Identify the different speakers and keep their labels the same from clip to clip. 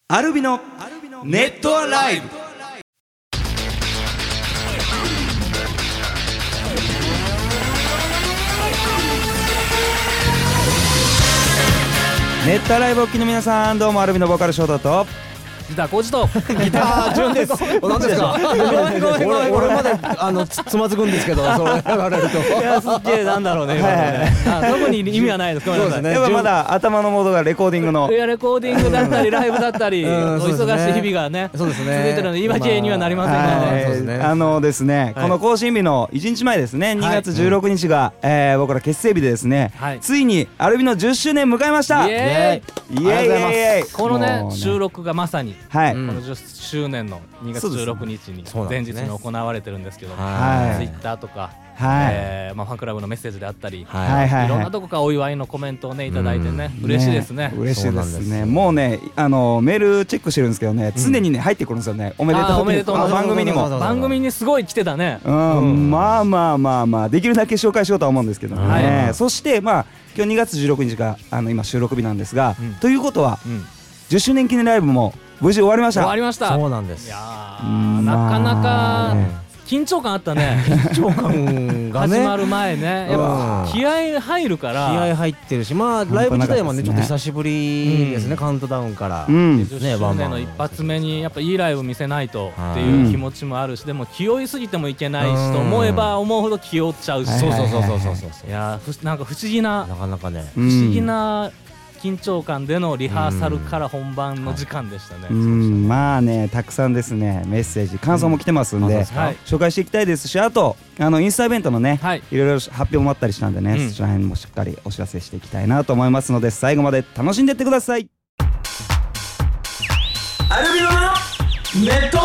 Speaker 1: アルビのネットアライブ。ネットアライブお聞きの皆さん、どうもアルビのボーカルショートと
Speaker 2: ギターコーチと
Speaker 3: ギター順です。何ですか。俺までつまずくんですけど、それ言われると。
Speaker 2: いやすっげえなんだろうね。特に意味はないです。
Speaker 3: そうですね。
Speaker 1: やっぱまだ頭のモードがレコーディングの。
Speaker 2: いやレコーディングだったりライブだったり、お忙しい日々がね。
Speaker 3: そうですね。
Speaker 2: 続いてるので言い訳にはなりませんが。
Speaker 3: そうですね。
Speaker 1: ですね、この更新日の1日前ですね、2月16日が僕ら結成日でですね、ついにアルビの10周年迎えました。
Speaker 2: イエーイ。
Speaker 1: イエーイイエーイ。
Speaker 2: このね収録がまさにこ
Speaker 1: はい。
Speaker 2: の10周年の2月16日に前日に行われてるんですけど、ツイ
Speaker 1: はい
Speaker 2: ッターとかフ
Speaker 1: はい
Speaker 2: ァンクラブのメッセージであったり、
Speaker 1: はいはい
Speaker 2: いろんなとこからお祝いのコメントをねいただいてね、嬉しいですね。
Speaker 1: 嬉しいですね。もうねメールチェックしてるんですけどね、常にね入ってくるんですよね。おめでとう。
Speaker 2: おめでとう。
Speaker 1: 番組にも
Speaker 2: 番組にすごい来てたね。
Speaker 1: まあできるだけ紹介しようとは思うんですけどね。そして今日2月16日が今収録日なんですが、ということは10周年記念ライブも無事終わりました。
Speaker 2: 終わりました。
Speaker 3: そうなんです。
Speaker 2: いやなかなか緊張感あったね。
Speaker 3: 緊張感がね
Speaker 2: 始まる前ね、やっぱ気合入るから
Speaker 3: 気合入ってるし、まあライブ自体もねちょっと久しぶりですね、カウントダウンから
Speaker 2: 10周年の一発目にやっぱいいライブ見せないとっていう気持ちもあるし、でも気負いすぎてもいけないしと思えば思うほど気負っちゃうし、
Speaker 3: そう
Speaker 2: いやなんか不思議な
Speaker 3: なかなかね
Speaker 2: 不思議な緊張感でのリハーサルから本番の時間でしたね。
Speaker 1: まあね、たくさんですねメッセージ感想も来てますんで紹介していきたいですし、あとインスタイベントのねいろいろ発表もあったりしたんでね、そちら辺もしっかりお知らせしていきたいなと思いますので、最後まで楽しんでいってください。アルビノのネット。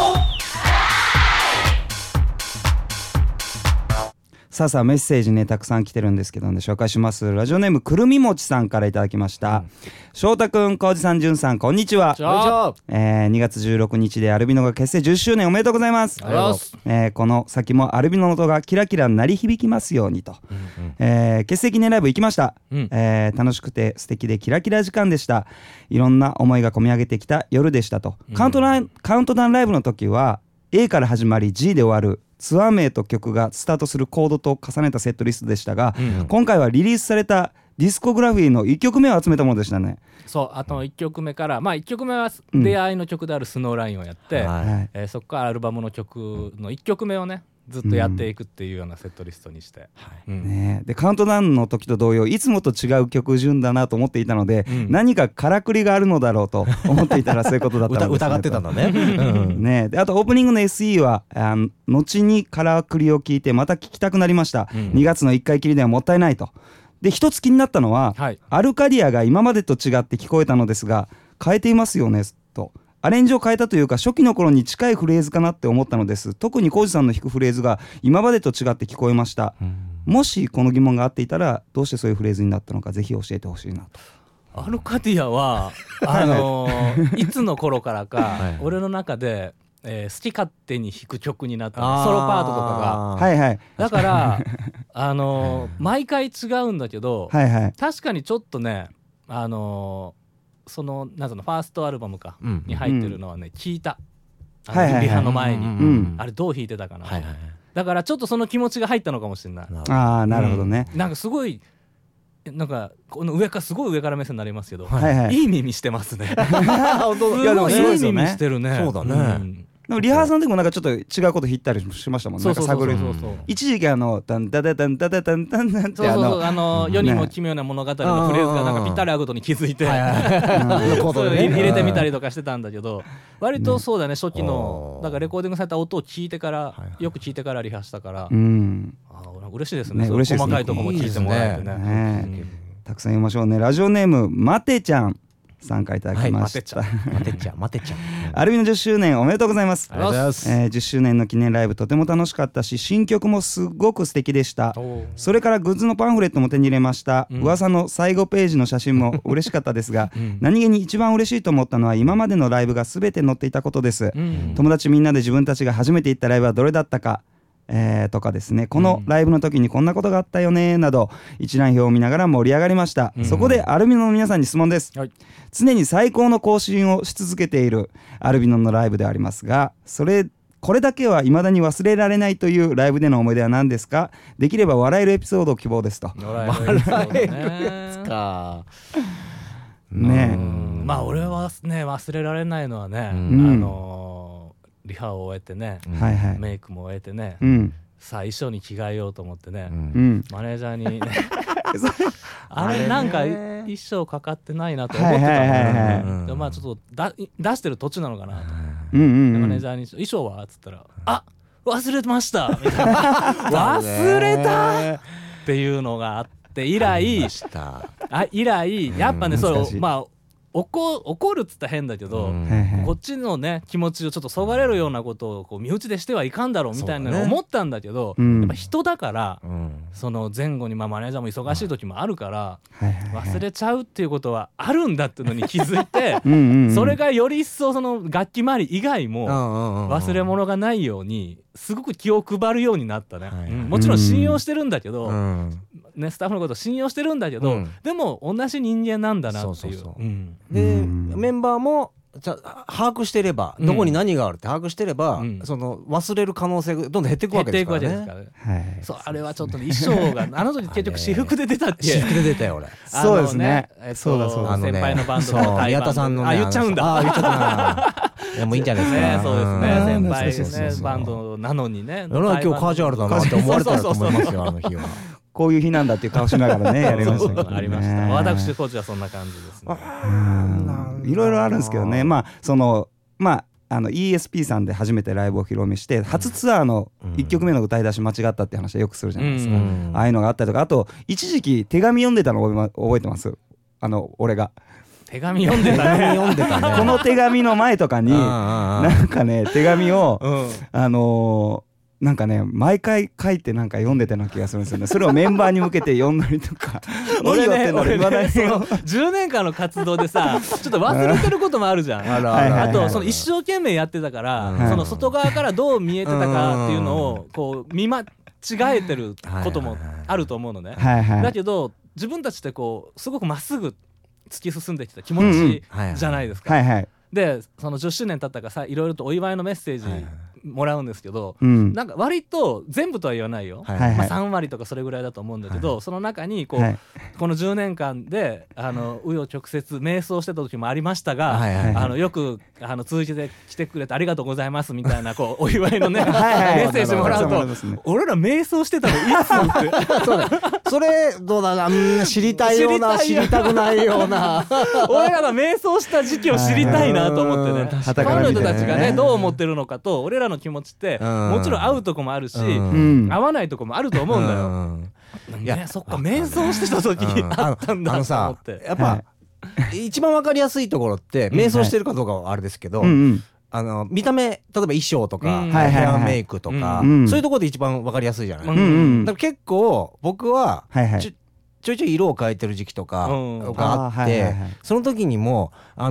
Speaker 1: さあメッセージねたくさん来てるんですけどね、紹介します。ラジオネームくるみもちさんからいただきました。翔太くん、こうじさん、じゅんさん、こんにちは。2月16日でアルビノが結成10周年おめでとうございます。この先もアルビノの音がキラキラ鳴り響きますようにと、結成記念ライブ行きました。楽しくて素敵でキラキラ時間でした。いろんな思いが込み上げてきた夜でしたと。カウントダウンライブの時は A から始まり G で終わるツアー名と曲がスタートするコードと重ねたセットリストでしたが、今回はリリースされたディスコグラフィーの1曲目を集めたものでしたね。
Speaker 2: そう、あと1曲目から1曲目は出会いの曲であるスノーラインをやって、そこからアルバムの曲の1曲目をねずっとやっていくっていうようなセットリストにして、
Speaker 1: でカウントダウンの時と同様いつもと違う曲順だなと思っていたので、何かからくりがあるのだろうと思っていたらそういうことだったのです、
Speaker 3: 疑ってたんだね。
Speaker 1: であとオープニングの SE は後にからくりを聞いてまた聞きたくなりました。2月の1回きりではもったいないと。で一つ気になったのは、アルカディアが今までと違って聞こえたのですが変えていますよねと。アレンジを変えたというか初期の頃に近いフレーズかなって思ったのです。特にコウジさんの弾くフレーズが今までと違って聞こえました。もしこの疑問があっていたらどうしてそういうフレーズになったのかぜひ教えてほしいなと。
Speaker 2: アルカディアはいつの頃からか俺の中で好き勝手に弾く曲になったソロパートとかが、だから毎回違うんだけど、確かにちょっとねそのなんぞのファーストアルバムかに入ってるのはね聞いた、リハの前にあれどう弾いてたかな、だからちょっとその気持ちが入ったのかもしれない。
Speaker 1: なるほどね。
Speaker 2: なんかすごいなんかこのすごい上から目線になりますけど、いい耳してますね。すごいいい耳してるね。
Speaker 3: そうだね。
Speaker 1: でもリハーサルの時もなんかちょっと違うこと弾いたりしましたもんね。一時期タンタタタンタタタンタンタンって
Speaker 2: 世にも奇妙な物語のフレーズがなんかぴったり合うことに気づいて入れてみたりとかしてたんだけど、割とそうだね、初期のだからレコーディングされた音を聞いてからよく聞いてからリハしたから、嬉しいですね。細かいとこも聞いてもらえてね。
Speaker 1: たくさん読みましょうね。ラジオネームまてちゃん参加いただきました。
Speaker 3: 待てちゃん
Speaker 1: アルビの10周年おめでとうございます。
Speaker 2: ありがとうございます。
Speaker 1: 10周年の記念ライブとても楽しかったし新曲もすごく素敵でした。それからグッズのパンフレットも手に入れました。噂の最後ページの写真も嬉しかったですが、何気に一番嬉しいと思ったのは今までのライブが全て載っていたことです。友達みんなで自分たちが初めて行ったライブはどれだったか、 とかですね、このライブの時にこんなことがあったよねなど一覧表を見ながら盛り上がりました。そこでアルビノの皆さんに質問です。常に最高の更新をし続けているアルビノのライブでありますが、これだけは未だに忘れられないというライブでの思い出は何ですか？できれば笑えるエピソードを希望ですと。
Speaker 3: 笑えるやつか
Speaker 1: ね。
Speaker 2: まあ俺はね忘れられないのはね、リハを終えてね、メイクも終えてね、さあ衣装に着替えようと思ってね、マネージャーにねあれなんか衣装かかってないなと思ってたので、まあちょっと出してる途中なのかなと、マネージャーに衣装はっつったら、あ、忘れてましたみたいな忘れたっていうのがあって以来やっぱね、そうまあ怒るっつったら変だけど、こっちのね気持ちをちょっとそがれるようなことをこう身内でしてはいかんだろうみたいなのを思ったんだけど、やっぱ人だから、その前後にマネージャーも忙しい時もあるから、忘れちゃうっていうことはあるんだっていうのに気づいてそれがより一層その楽器周り以外も忘れ物がないようにすごく気を配るようになったね。もちろん信用してるんだけど、スタッフのことを信用してるんだけど、でも同じ人間なんだなっていう。
Speaker 3: でメンバーも把握してれば、どこに何があるって把握してれば、その忘れる可能性がどんどん減っていくわけですからね。
Speaker 2: そう、あれはちょっと衣装があの時結局私服で出たっけ。
Speaker 3: 私服で出たよ俺。
Speaker 1: そうですね。
Speaker 2: そうだ先輩のバンドの
Speaker 3: 宮田さんのね、
Speaker 2: 言っちゃうんだ。
Speaker 3: 言っちゃったな。いやもういいんじゃないですか。
Speaker 2: そうですね。先輩ねバンドなのにね。
Speaker 3: 今日カジュアルだなって思われたと思いますよ、あの日は。
Speaker 1: こういう日なんだっていう顔しながらねやりましたけどね。
Speaker 2: ありました。私コーチはそんな感じですね。
Speaker 1: いろいろあるんですけどね。ESP さんで初めてライブを披露目して、初ツアーの1曲目の歌い出し間違ったって話はよくするじゃないですか。ああいうのがあったりとか、あと一時期手紙読んでたの覚えてます？俺が
Speaker 2: 手紙読んでたね。
Speaker 1: この手紙の前とかになんかね手紙をなんかね毎回書いてなんか読んでたような気がするんですよね。それをメンバーに向けて読んだりとか
Speaker 2: 俺ね10年間の活動でさちょっと忘れてることもあるじゃん。あとその一生懸命やってたから、その外側からどう見えてたかっていうのをこう見間違えてることもあると思うのね。だけど自分たちってこうすごくまっすぐ突き進んできた気持ちじゃないですか。でその10周年経ったからさ、いろいろとお祝いのメッセージもらうんですけど、なんか割と全部とは言わないよ、3割とかそれぐらいだと思うんだけど、その中にこの10年間で紆余曲折瞑想してた時もありましたが、よく通じて来てくれてありがとうございますみたいなこうお祝いのねメッセージもらうと、俺ら瞑想してたのいつって
Speaker 3: そうだそれどうだな、知りたいような知りたくないような
Speaker 2: 俺らが瞑想した時期を知りたいなと思ってね。彼女たちがねどう思ってるのかと俺らの気持ちってもちろん合うとこもあるし、合わないとこもあると思うんだよ。いやそっか瞑想してた時あったんだと思って。
Speaker 3: やっぱ一番わかりやすいところって瞑想してるかどうかはあれですけど、見た目例えば衣装とかヘアメイクとかそういうところで一番わかりやすいじゃない。だから結構僕はちょいちょい色を変えてる時期とかがあって、その時にも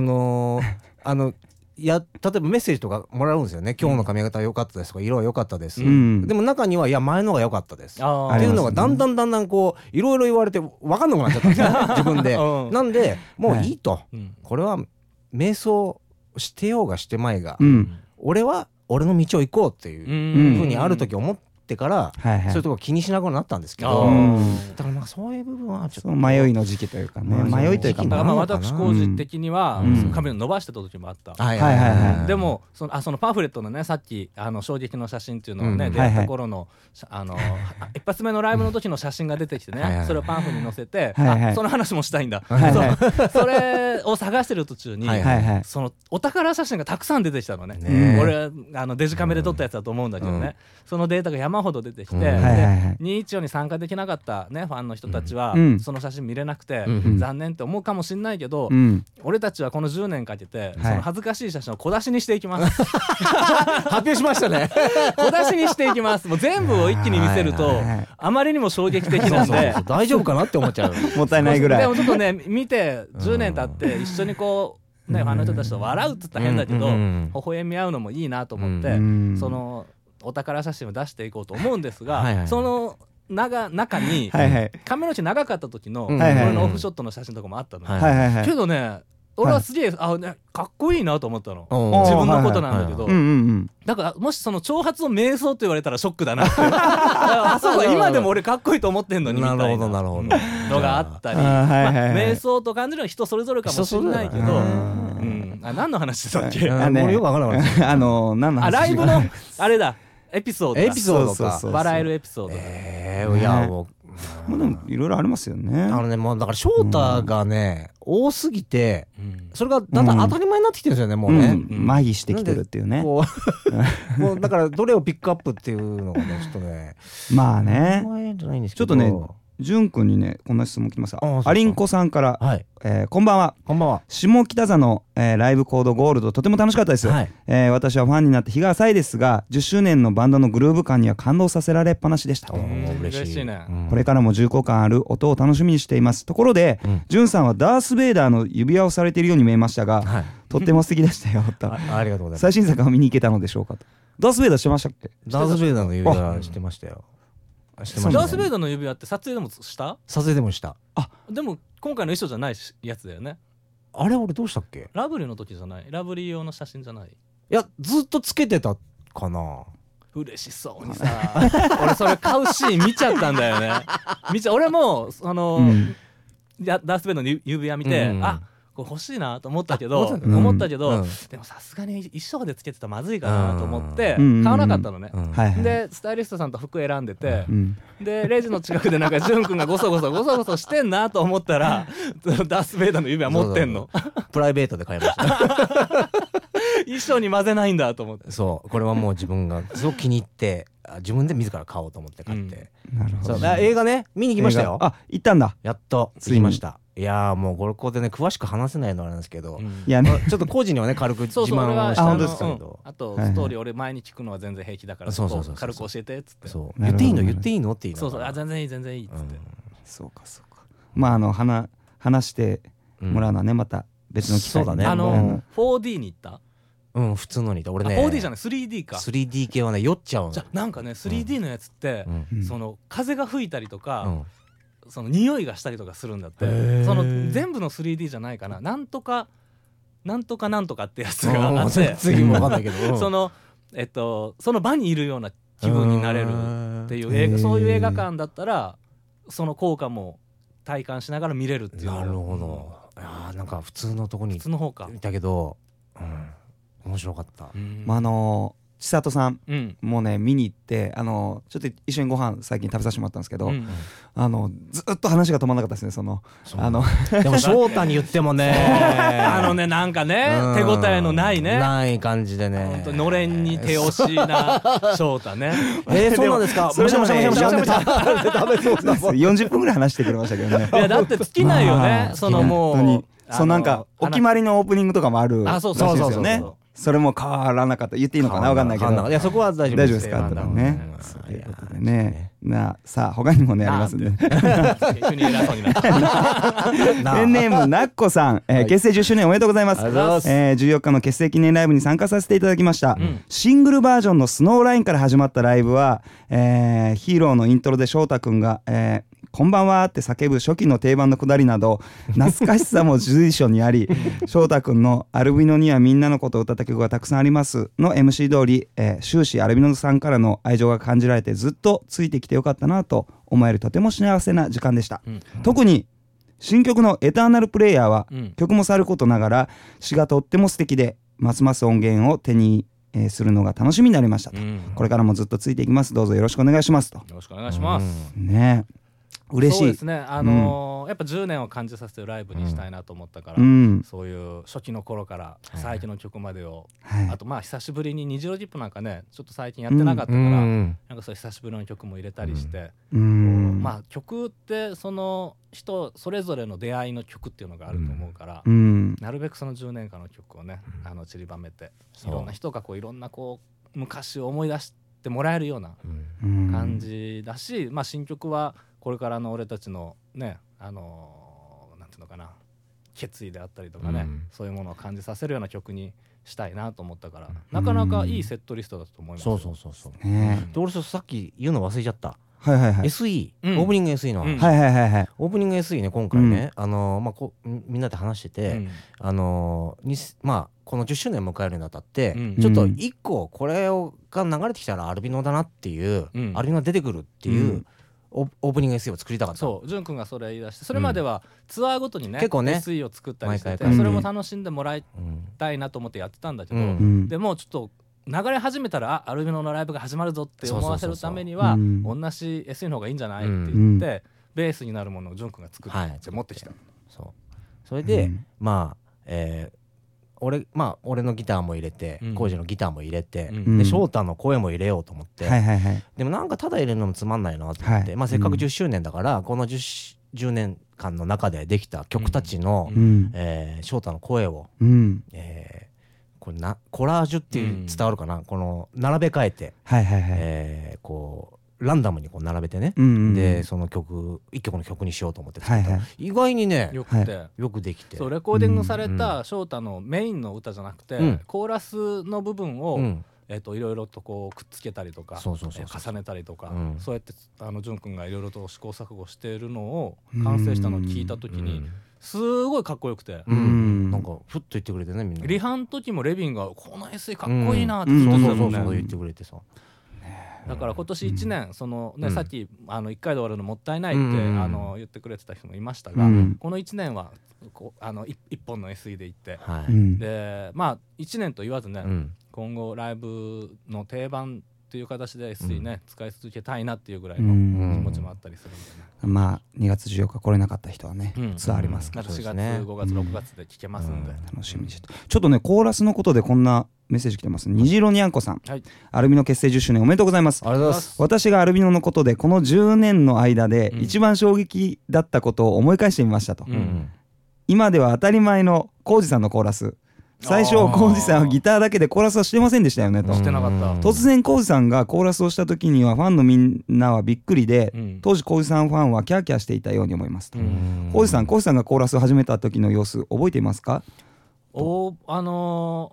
Speaker 3: 例えばメッセージとかもらうんですよね。今日の髪型は良かったですとか色は良かったです、でも中にはいや前のが良かったですっていうのがだんだんこういろいろ言われて分かんなくなっちゃったんですよね自分で。なんでもういいと、これは瞑想してようがしてまいが、俺は俺の道を行こうっていうふうにある時思ってから、そういうとこ気にしなくなったんですけど、だからそういう部分はちょっと
Speaker 1: 迷いの時期というかね、迷いというか
Speaker 2: 私個人的には髪を伸ばしてた時もあった。でもそのパンフレットのねさっき衝撃の写真っていうのをね出会った頃の一発目のライブの時の写真が出てきてね、それをパンフに載せて、その話もしたいんだ。それを探してる途中にそのお宝写真がたくさん出てきたのね。俺デジカメで撮ったやつだと思うんだけどね、そのデータが山ほど出てきて、214に参加できなかったねファンの人たちはその写真見れなくて残念って思うかもしれないけど、俺たちはこの10年かけてその恥ずかしい写真を小出しにしていきます
Speaker 3: 発表しましたね
Speaker 2: 小出しにしていきます。もう全部を一気に見せるとあまりにも衝撃的なんで
Speaker 3: 大丈夫かなって思っちゃう
Speaker 1: もったいないぐらい。
Speaker 2: でもちょっとね見て10年経って一緒にこうねファンの人たちと笑うって言ったら変だけど微笑み合うのもいいなと思って、そのお宝写真を出していこうと思うんですが、その中に亀の内長かった時の俺のオフショットの写真とかもあったの、けどね俺はすげえかっこいいなと思ったの、自分のことなんだけど、だからもしその長髪を瞑想と言われたらショックだなってあそうか今でも俺かっこいいと思ってんのにみたいなのがあったり、瞑想と感じるのは人それぞれかもしれないけど、何の話だっけ、
Speaker 3: 俺よくわからない
Speaker 1: 何の話、
Speaker 2: ライブのあれだエピソードか笑えるエピソード、
Speaker 3: いやもう
Speaker 1: でもいろいろありますよね。
Speaker 3: もうだから翔太がね、多すぎて、それがだんだん当たり前になってきてるんですよね、もうね。
Speaker 1: 麻痺してきてるっていうね。も
Speaker 3: うだからどれをピックアップっていうのがね、ちょっとね。
Speaker 1: まあね。ちょっとね、淳君にねこんな質問来ました。アリンコさんから、こんばんは。
Speaker 3: こんばんは。
Speaker 1: 下北沢のライブコードゴールドとても楽しかったです。私はファンになって日が浅いですが、10周年のバンドのグルーヴ感には感動させられっぱなしでした。
Speaker 2: 嬉しいね。
Speaker 1: これからも重厚感ある音を楽しみにしています。ところで、淳さんはダース・ベイダーの指輪をされているように見えましたが、とっても素敵でしたよと。
Speaker 3: ありがとうございます。
Speaker 1: 最新作を見に行けたのでしょうかと。ダース・ベイダーしてましたっけ？
Speaker 3: ダース・ベイダーの指輪してましたよ。
Speaker 2: ダース・ベイダーの指輪って撮影でもした？
Speaker 3: 撮影でもした。
Speaker 2: でも今回の衣装じゃないやつだよね。
Speaker 3: あれ俺どうしたっけ？
Speaker 2: ラブリーの時じゃない？ラブリー用の写真じゃない？い
Speaker 3: やずっとつけてたかな。
Speaker 2: 嬉しそうにさ俺それ買うシーン見ちゃったんだよね。俺もダース・ベイダーの指輪見て、これ欲しいなと思ったけど、でもさすがに衣装でつけてたらまずいかなと思って買わなかったのね。でスタイリストさんと服選んでて、でレジの近くでなんか淳君がゴソゴソしてんなと思ったらダース・ベイダーの指輪持ってんの。
Speaker 3: プライベートで買いました。
Speaker 2: 衣装に混ぜないんだと思って。
Speaker 3: そうこれはもう自分がすごく気に入って自分で自ら買おうと思って買って、
Speaker 1: なるほど。
Speaker 3: 映画ね見に行きましたよ。
Speaker 1: 行ったんだ。
Speaker 3: やっと行きました。いやもうここでね詳しく話せないのなんですけど、いやねちょっと工事にはね軽く自慢をしたんですけど、
Speaker 2: あとストーリー俺前に聞くのは全然平気だから軽く教えてっつって、
Speaker 3: 言っていいのって言いの
Speaker 2: 全然いいっつって、
Speaker 1: そうかまあ話してもらうのはねまた別の機会だね。
Speaker 2: 4D に行った？
Speaker 3: 普通のに俺ね
Speaker 2: 4D じゃない 3D か。
Speaker 3: 3D 系はね酔っちゃうの。
Speaker 2: じゃなんかね 3D のやつってその風が吹いたりとかその匂いがしたりとかするんだって。その全部の 3D じゃないかな。なんとかってやつがあって
Speaker 3: 次も分かんないけど
Speaker 2: その場にいるような気分になれるっていうそういう映画館だったらその効果も体感しながら見れるっていう。
Speaker 3: なるほど。なんか普通のとこにいたけど面白かった。
Speaker 1: 千里さんもね見に行ってちょっと一緒にご飯最近食べさせてもらったんですけど、ずっと話が止まらなかったですね。
Speaker 3: でも翔太に言ってもね
Speaker 2: なんかね手応えのない
Speaker 3: 感じでね、
Speaker 2: のれんに手押しな翔太ね。
Speaker 3: そうなんですか。
Speaker 1: それでもね40分ぐらい話してくれましたけどね。
Speaker 2: いやだって尽きないよね。も
Speaker 1: うなんかお決まりのオープニングとかもあるらしいですよね。それも変わらなかった。言っていいのかな分かんないけど、
Speaker 3: いやそこは大丈夫
Speaker 1: ですかってね。そういうことでね。さあ他にもねありますんで。ペンネームなっこさん、結成10周年おめでとうございます。14日の結成記念ライブに参加させていただきました。シングルバージョンのスノーラインから始まったライブは、ヒーローのイントロで翔太くんがこんばんはって叫ぶ初期の定番のくだりなど懐かしさも随所にあり、翔太くんのアルビノにはみんなのことを歌った曲がたくさんありますの MC 通り、終始アルビノさんからの愛情が感じられてずっとついてきてよかったなと思えるとても幸せな時間でした。特に新曲のエターナルプレイヤーは、曲もさることながら詩がとっても素敵でますます音源を手にするのが楽しみになりましたと、これからもずっとついていきます。どうぞよろしくお願いしますと。よ
Speaker 2: ろしくお願いします。
Speaker 1: ね嬉しい。
Speaker 2: そうですね。やっぱ10年を感じさせてるライブにしたいなと思ったから、そういう初期の頃から最近の曲までを、あと久しぶりに虹色ジップなんかねちょっと最近やってなかったから、なんかそういう久しぶりの曲も入れたりして、曲ってその人それぞれの出会いの曲っていうのがあると思うから、なるべくその10年間の曲をね散りばめていろんな人がいろんな昔を思い出してもらえるような感じだし、新曲はこれからの俺たちのねなんていうのかな決意であったりとかね、そういうものを感じさせるような曲にしたいなと思ったから、なかなかいいセットリストだと思います。
Speaker 3: そうで俺さっき言うの忘れちゃった。
Speaker 1: はいはいはい、
Speaker 3: SE、オープニング SE の話、
Speaker 1: はいはいはいはい、
Speaker 3: オープニング SE ね、今回ね、みんなで話してて、この10周年迎えるにあたって、ちょっと一個これが流れてきたらアルビノだなっていう、アルビノが出てくるっていう、オープニング SE を作りたかった。
Speaker 2: そう、潤くんがそれ言い出して、それまではツアーごとにね、
Speaker 3: 結構ね
Speaker 2: SE を作ったりしてて、それも楽しんでもらいたいなと思ってやってたんだけど、でもちょっと流れ始めたらアルビノのライブが始まるぞって思わせるためには同じ SE の方がいいんじゃないって言って、ベースになるものを潤くんが作って持ってきた。
Speaker 3: それで俺のギターも入れて、コージのギターも入れて、で翔太の声も入れようと思って、でもなんかただ入れるのもつまんないなと思って、せっかく10周年だからこの10年間の中でできた曲たちの翔太の声をこれコラージュっていう伝わるかな、この並べ替えてこうランダムにこう並べてね、でその曲一曲の曲にしようと思って作った。意外にねよくできて、
Speaker 2: そうレコーディングされた翔太のメインの歌じゃなくて、コーラスの部分をいろいろとこうくっつけたりとか重ねたりとか、そうやって潤くんがいろいろと試行錯誤しているのを完成したのを聞いた時にすごいかっこよくて、
Speaker 3: なんかふっと言ってくれてね、みんな
Speaker 2: リハの時もレビンがこの SE かっこいいなってずっと
Speaker 3: 言ってくれてさ、
Speaker 2: だから今年1年そのね、さっき1回で終わるのもったいないって言ってくれてた人もいましたが、この1年は1本の SE でいって、で1年と言わずね、今後ライブの定番っていう形で SE ね、使い続けたいなっていうぐらいの気持ちもあったりするんでね。
Speaker 1: 2月14日来れなかった人はね、ツアーありますから、
Speaker 2: 4月5月6月で聴けますんで、
Speaker 1: 楽しみにして。ちょっとねコーラスのことでこんなメッセージ来てます。虹色にゃんこさん、アルビノ結成10周年おめでとうございます。
Speaker 3: ありがとうございます。
Speaker 1: 私がアルビノのことでこの10年の間で一番衝撃だったことを思い返してみましたと。今では当たり前のコウジさんのコーラス、最初コウジさんはギターだけでコーラスはしてませんでしたよねと。
Speaker 2: してなかった。
Speaker 1: 突然コウジさんがコーラスをした時にはファンのみんなはびっくりで、当時コウジさんファンはキャーキャーしていたように思いますと。コウジさんがコーラスを始めた時の様子覚えていますか？
Speaker 2: その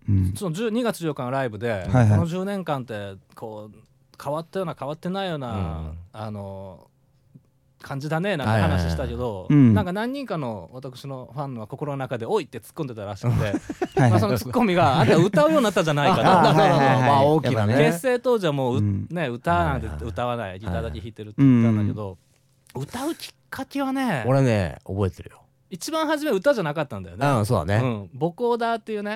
Speaker 2: 2月14日のライブで、この10年間ってこう変わったような変わってないような感じだねなんて話したけど、なんか何人かの私のファンの心の中で「おい!」って突っ込んでたらしくてそのツッコミが「あんた歌うようになったじゃないか」と。
Speaker 3: 大きなね、
Speaker 2: 結成当時はもう歌なんて歌わない、ギターだけ弾いてるって言ったんだけど、歌うきっかけはね、
Speaker 3: 俺ね覚えてるよ。
Speaker 2: 一番初め歌じゃなかったんだよね。
Speaker 3: そうだね。
Speaker 2: ボコーダーっていうね、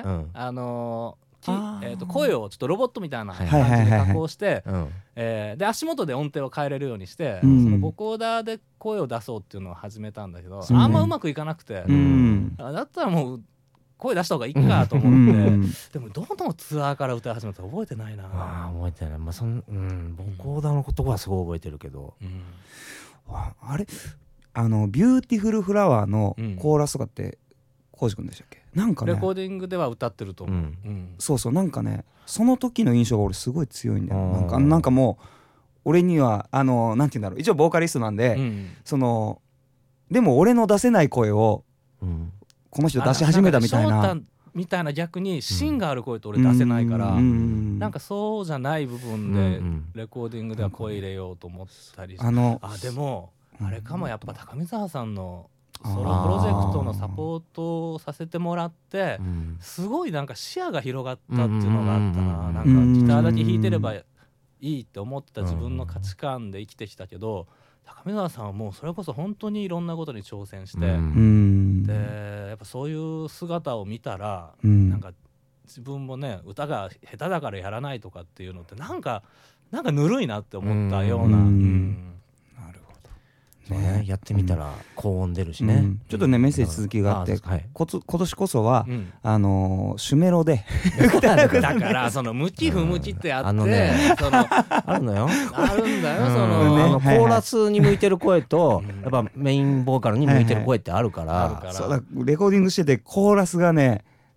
Speaker 2: 声をちょっとロボットみたいな感じで加工して、で足元で音程を変えれるようにして、そのボコーダーで声を出そうっていうのを始めたんだけど、あんまうまくいかなくて、だったらもう声出した方がいいかと思ってでもどのツアーから歌い始めたか覚えてないな。
Speaker 3: 覚えてない。ボコーダーのとこはすごい覚えてるけど、
Speaker 1: あれビューティフルフラワーのコーラスとかってコウジ君でしたっけ？なんかね
Speaker 2: レコーディングでは歌ってると思う。
Speaker 1: そうなんかねその時の印象が俺すごい強いんだよ。なんかもう俺にはなんて言うんだろう、一応ボーカリストなんで、でも俺の出せない声をこの人出し始めたみたいな。
Speaker 2: みたいな、逆に芯がある声と俺出せないから、なんかそうじゃない部分でレコーディングでは声入れようと思ったりして、でもあれかも、やっぱ高見沢さんのソロプロジェクトのサポートをさせてもらって、すごいなんか視野が広がったっていうのがあったな。なんかギターだけ弾いてればいいって思ってた自分の価値観で生きてきたけど、高見沢さんはもうそれこそ本当にいろんなことに挑戦して、でやっぱそういう姿を見たら、なんか自分もね歌が下手だからやらないとかっていうのってなんかぬるいなって思ったような。
Speaker 3: やってみたら高音出るしね。
Speaker 1: ちょっとねメッセージ続きがあって、今年こそはシュメロで
Speaker 2: だからその向き不向きってあって、
Speaker 3: あるのよ。
Speaker 2: あるんだよ。その
Speaker 3: コーラスに向いてる声とやっぱメインボーカルに向いてる声ってあるから、
Speaker 1: レコーディングしててコーラスがね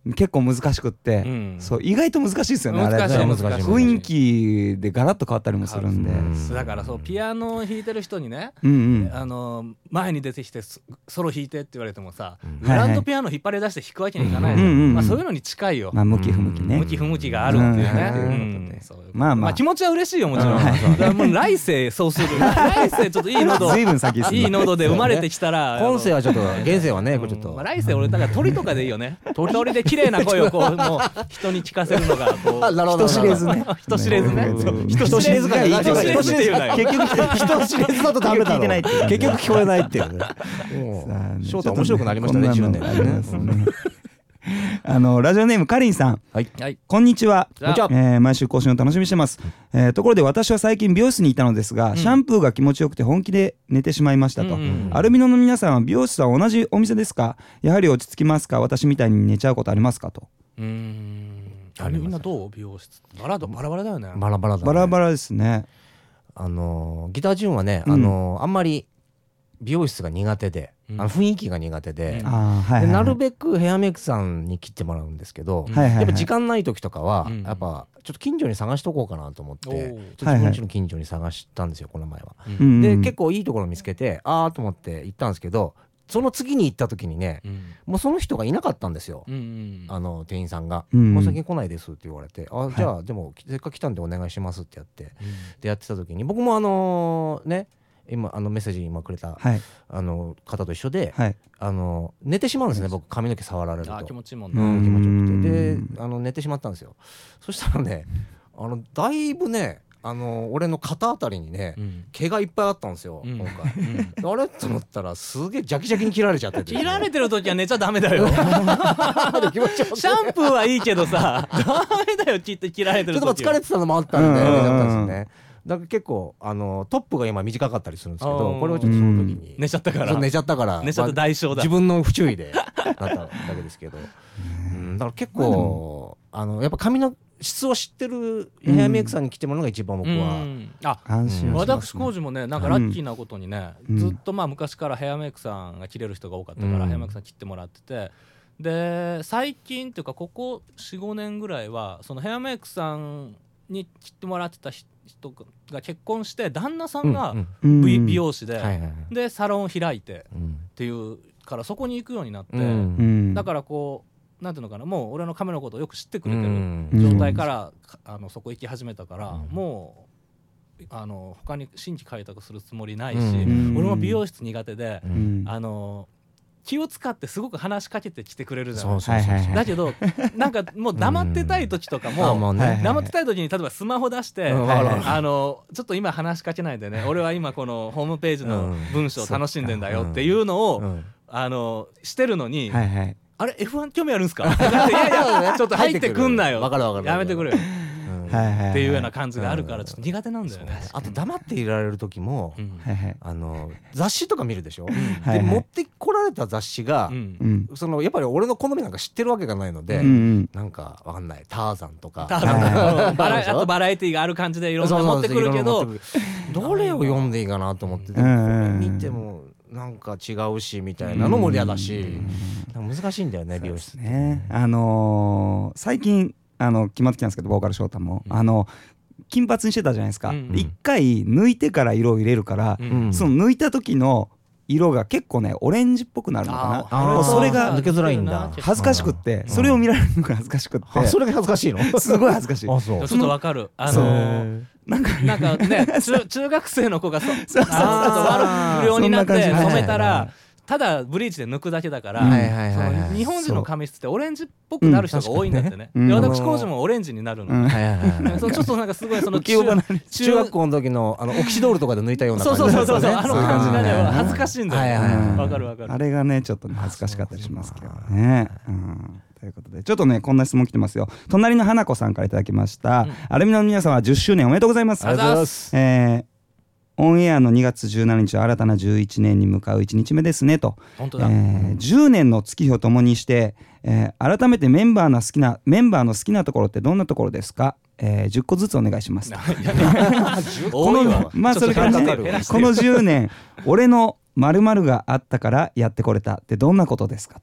Speaker 1: 結構難しくって、そう意外と難しいですよね。
Speaker 2: 難しい
Speaker 1: 雰囲気でガラッと変わったりもするんで、
Speaker 2: だからそうピアノを弾いてる人にね、前に出てきてソロ弾いてって言われてもさ、グランドピアノ引っ張り出して弾くわけにいかないじゃん。まあそういうのに近いよ。
Speaker 1: 向き不向きね、
Speaker 2: 向き不向きがあるっていうね。まあ気持ちは嬉しいよ、もちろん。もう来世そうする。来世ちょっといい喉、いい喉で生まれてきたら、
Speaker 3: 今世はちょっと現世はね、ちょっと
Speaker 2: 来世俺だから鳥とかでいいよね。鳥で綺麗な声をこうもう人に聞かせるのがこう
Speaker 1: 人知れずね、
Speaker 2: 人知れずね、
Speaker 3: 人知れずがいい。
Speaker 2: 人知れずっていうなよ。
Speaker 3: 結局人知れずだとダメだろ。結局聞こえないっていうね。翔太面白くなりましたね、10年ね。
Speaker 1: ラジオネームかりんさん、こんにちは。毎週更新を楽しみにしてます。ところで私は最近美容室にいたのですが、シャンプーが気持ちよくて本気で寝てしまいましたと。アルビノの皆さんは美容室は同じお店ですか？やはり落ち着きますか？私みたいに寝ちゃうことありますかと。
Speaker 2: みんなどう？美容室バラバラだよね。
Speaker 3: バラバ
Speaker 1: ラですね。
Speaker 3: ギター順はね、あんまり美容室が苦手で、雰囲気が苦手で、なるべくヘアメイクさんに切ってもらうんですけど、やっぱ時間ない時とかはやっぱちょっと近所に探しとこうかなと思って自分家の近所に探したんですよ、この前は。で結構いいところ見つけてと思って行ったんですけど、その次に行った時にね、もうその人がいなかったんですよ。店員さんがもう最近来ないですって言われて、じゃあでもせっかく来たんでお願いしますってやって、でやってた時に僕も今メッセージ今くれた方と一緒で寝てしまうんですね、僕髪の毛触られると。
Speaker 2: 気持ちいいもん
Speaker 3: ね。気持ちよくて、で寝てしまったんですよ。そしたらね、だいぶね俺の肩あたりにね毛がいっぱいあったんですよ、今回。あれと思ったらすげえジャキジャキに切られちゃってて、
Speaker 2: 切られてる時は寝ちゃダメだよ。シャンプーはいいけどさ、ダメだよ切られてる時は。
Speaker 3: ちょっと疲れてたのもあったんで寝ちゃったんですよね。だから結構トップが今短かったりするんですけど、これはちょっとその時に
Speaker 2: 寝ちゃったから
Speaker 3: 寝ちゃった
Speaker 2: 代償だ。
Speaker 3: 自分の不注意でなっただけですけど、だから結構やっぱ髪の質を知ってるヘアメイクさんに来てもらうのが一番僕は
Speaker 1: 安心。
Speaker 2: 私工事もね、なんかラッキーなことにね、ずっと昔からヘアメイクさんが切れる人が多かったからヘアメイクさん切ってもらってて、で最近っていうかここ 4,5 年ぐらいはそのヘアメイクさんに切ってもらってた人が結婚して旦那さんが美容師でサロンを開いてっていうからそこに行くようになって、だからこうなんていうのかな、もう俺の髪のことをよく知ってくれてる状態からそこ行き始めたから、もう他に新規開拓するつもりないし、俺も美容室苦手で気を使ってすごく話しかけてきてくれるじゃない。だけどなんかもう黙ってたい時とかも黙ってたい時に例えばスマホ出してちょっと今話しかけないでね、俺は今このホームページの文章を楽しんでんだよっていうのをしてるのに、あれ F1 興味あるんすか？いやちょっと入ってくんなよ、やめてくれよっていうような感じがあるからちょっと苦手なんだよね。
Speaker 3: あと黙っていられる時も雑誌とか見るでしょ。で持ってこられた雑誌がやっぱり俺の好みなんか知ってるわけがないので、なんかわかんないターザンとか
Speaker 2: あとバラエティーがある感じでいろんな持ってくるけど、
Speaker 3: どれを読んでいいかなと思って、これ見てもなんか違うしみたいなのも嫌だし、難しいんだよね美容室ね。
Speaker 1: 最近決まってきたんですけど、ボーカル翔太も金髪にしてたじゃないですか。一回抜いてから色を入れるから、その抜いた時の色が結構ねオレンジっぽくなるのかな。それが
Speaker 3: 抜けづらいんだ。
Speaker 1: 恥ずかしくって、それを見られるのが恥ずかしくって、
Speaker 3: それが恥ずかしいの？
Speaker 1: すごい恥ずかしい。
Speaker 2: ちょっとわかる。なんかね中学生の子が悪不良になって染めたらただブリーチで抜くだけだから、日本人の髪質ってオレンジっぽくなる人が多いんだってね。で私工事もオレンジになるの。ちょっとなんかすごいその
Speaker 3: 中学校の時のオキシドールとかで抜いたような感じ。
Speaker 2: そうあの感じがね恥ずかしいんだよ。わかる。
Speaker 1: あれがねちょっと恥ずかしかったりしますけどね。ということでちょっとねこんな質問来てますよ。隣の花子さんからいただきました。アルミノの皆さんは10周年おめでとうございます。
Speaker 2: ありがとうございます。
Speaker 1: オンエアの2月17日は新たな11年に向かう1日目ですねと。
Speaker 2: 本当だ。
Speaker 1: 10年の月日を共にして、改めてメンバーの好きなところってどんなところですか？10個ずつお願いします。
Speaker 2: 多いわ。
Speaker 1: それからね、この10年俺の〇〇があったからやってこれたってどんなことですかと。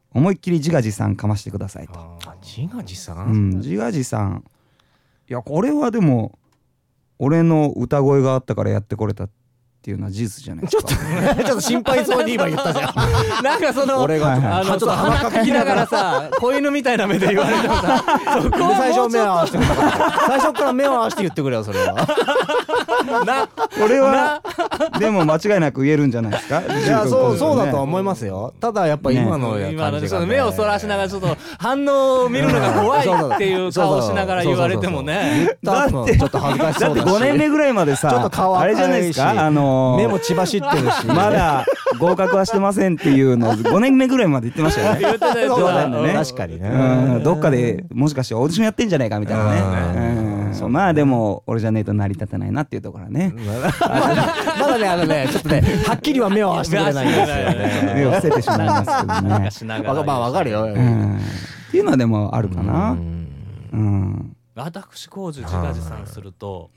Speaker 1: 思いっきり自画自賛かましてくださいと。
Speaker 3: 自画自賛、
Speaker 1: 自画自賛。いやこれはでも俺の歌声があったからやってこれたっていうのは事実じゃないですか。
Speaker 3: ちょっと心配そうに今言ったじゃん。
Speaker 2: なんかその
Speaker 3: 俺が
Speaker 2: ちょっと鼻かきながらさ子犬みたいな目で言われてもさそこ
Speaker 3: 最初目を合わせてくれ最初から目を合わせて言ってくれよそれは。
Speaker 1: これはでも間違いなく言えるんじゃないですか。
Speaker 3: いやそうだとは思いますよ。ただやっぱ今の
Speaker 2: 感じがね、目をそらしながらちょっと反応を見るのが怖いっていう顔をしながら言われてもね。
Speaker 1: だってちょっと恥ずかしそうだし。だって5年目ぐらいまでさあれじゃないですか、
Speaker 3: 目も血走ってるし
Speaker 1: まだ合格はしてませんっていうのを5年目ぐらいまで言ってましたよね。
Speaker 2: 言ってたよ。
Speaker 1: 冗談でね。
Speaker 3: 確かにね。
Speaker 1: どっかでもしかしてオーディションやってんじゃないかみたいなね。まあでも俺じゃねえと成り立たないなっていうところはね。
Speaker 3: まだねちょっとねはっきりは目を合わせてくれないんですよね。
Speaker 1: 目を伏せてしまいますけどね。
Speaker 3: まあわかるよ。
Speaker 1: っていうのはでもあるかな。
Speaker 2: 私浩二自画自賛すると、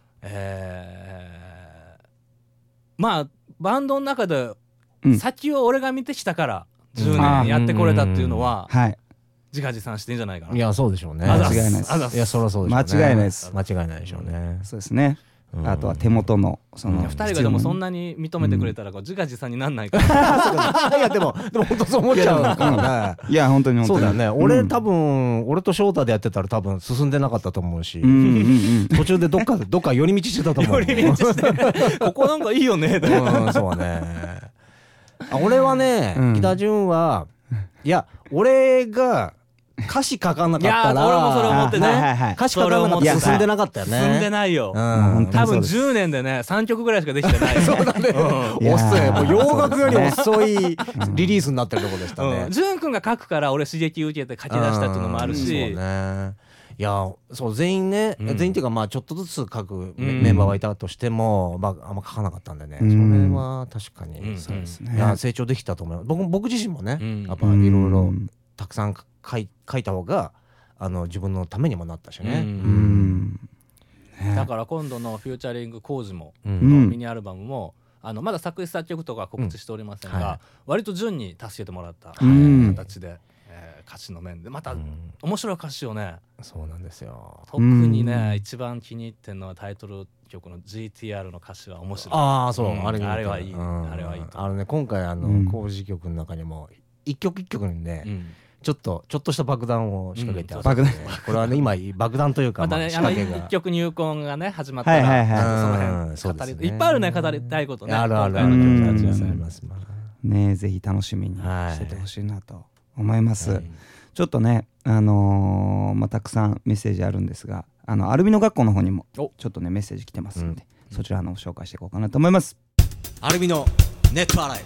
Speaker 2: まあバンドの中で先を俺が見てきたから10年やってこれたっていうのは自画自賛してんじゃないかな。
Speaker 3: いやそうでしょうね。
Speaker 1: 間違いないです。
Speaker 3: いやそりゃそうでしょうね。
Speaker 1: 間違いないです。
Speaker 3: 間違いないでしょうね。
Speaker 1: そうですね。あとは手元のその
Speaker 2: 2人がでもそんなに認めてくれたら自画自賛になんないか
Speaker 3: ら。いやでも本当そう思っちゃうからね。
Speaker 1: いや本当に
Speaker 3: そうだね。俺多分俺と翔太でやってたら多分進んでなかったと思うし、途中でどっか寄り道してたと思う。
Speaker 2: 寄り道してここなんかいいよね。
Speaker 3: そうね。俺はね北潤はいや俺が歌詞書かなかったら、
Speaker 2: 俺もそれ思ってね。
Speaker 3: 歌詞書かなかったら進んでなかったよね。
Speaker 2: 進んでないよ。多分10年でね3曲ぐらいしかできてない。
Speaker 3: そうだね。遅い。もう洋楽より遅いリリースになってるところでしたね。
Speaker 2: 潤君が書くから俺刺激受けて書き出したっていうのもあるし。
Speaker 3: そうね。いやそう全員ね全員っていうかまあちょっとずつ書くメンバーはいたとしてもまああんま書かなかったんでね。それは確かにそうですね。いや成長できたと思います。僕自身もねやっぱいろいろたくさん書いた方が自分のためにもなったしね。
Speaker 2: だから今度のフューチャリング工事もミニアルバムもまだ作詞作曲とか告知しておりませんが割と順に助けてもらった形で歌詞の面でまた面白い歌詞をね。
Speaker 3: そうなんですよ。
Speaker 2: 特にね一番気に入ってるのはタイトル曲の GTR の歌詞は面白い。
Speaker 3: ああそうあれ
Speaker 2: はいい。あれはいい。
Speaker 3: 今回工事曲の中にも一曲一曲にねちょっとした爆弾を仕掛けてある、これはね今爆弾というか
Speaker 2: またね一曲入魂がね始まったらその辺語りいっぱいあるね語りたいことね。
Speaker 3: ある
Speaker 2: 今回
Speaker 3: の
Speaker 2: 曲たち
Speaker 3: あります
Speaker 1: ね。ぜひ楽しみにしててほしいなと思います。ちょっとねたくさんメッセージあるんですがアルビノ学校の方にもちょっとねメッセージ来てますのでそちらの紹介していこうかなと思います。
Speaker 3: アルビノネットアライブ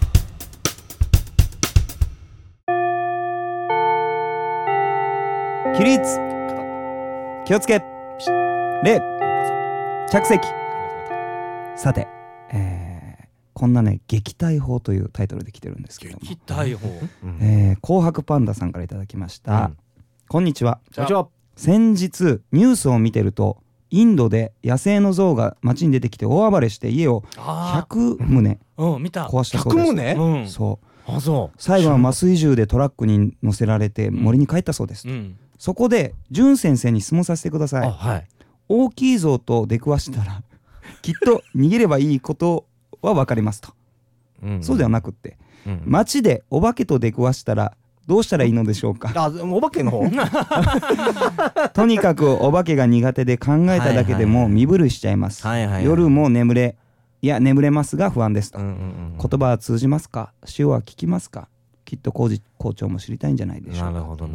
Speaker 1: 起立気をつけ礼着席。さて、こんなね撃退法というタイトルで来てるんですけども
Speaker 2: 撃退法、
Speaker 1: 紅白パンダさんからいただきました、こんにちは。先日ニュースを見てるとインドで野生の象が街に出てきて大暴れして家を100棟壊したそうです。
Speaker 3: 100棟？
Speaker 1: そう。最後は麻酔銃でトラックに乗せられて森に帰ったそうです、そこで淳先生に質問させてください。大きい象と出くわしたらきっと逃げればいいことは分かりますと、そうではなくって、街でお化けと出くわしたらどうしたらいいのでしょうか。
Speaker 3: お化けの方
Speaker 1: とにかくお化けが苦手で考えただけでも身震いしちゃいます。夜も眠れますが不安ですと、言葉は通じますか、手話は聞きますか。きっと校長も知りたいんじゃないでしょうか。
Speaker 3: なるほど、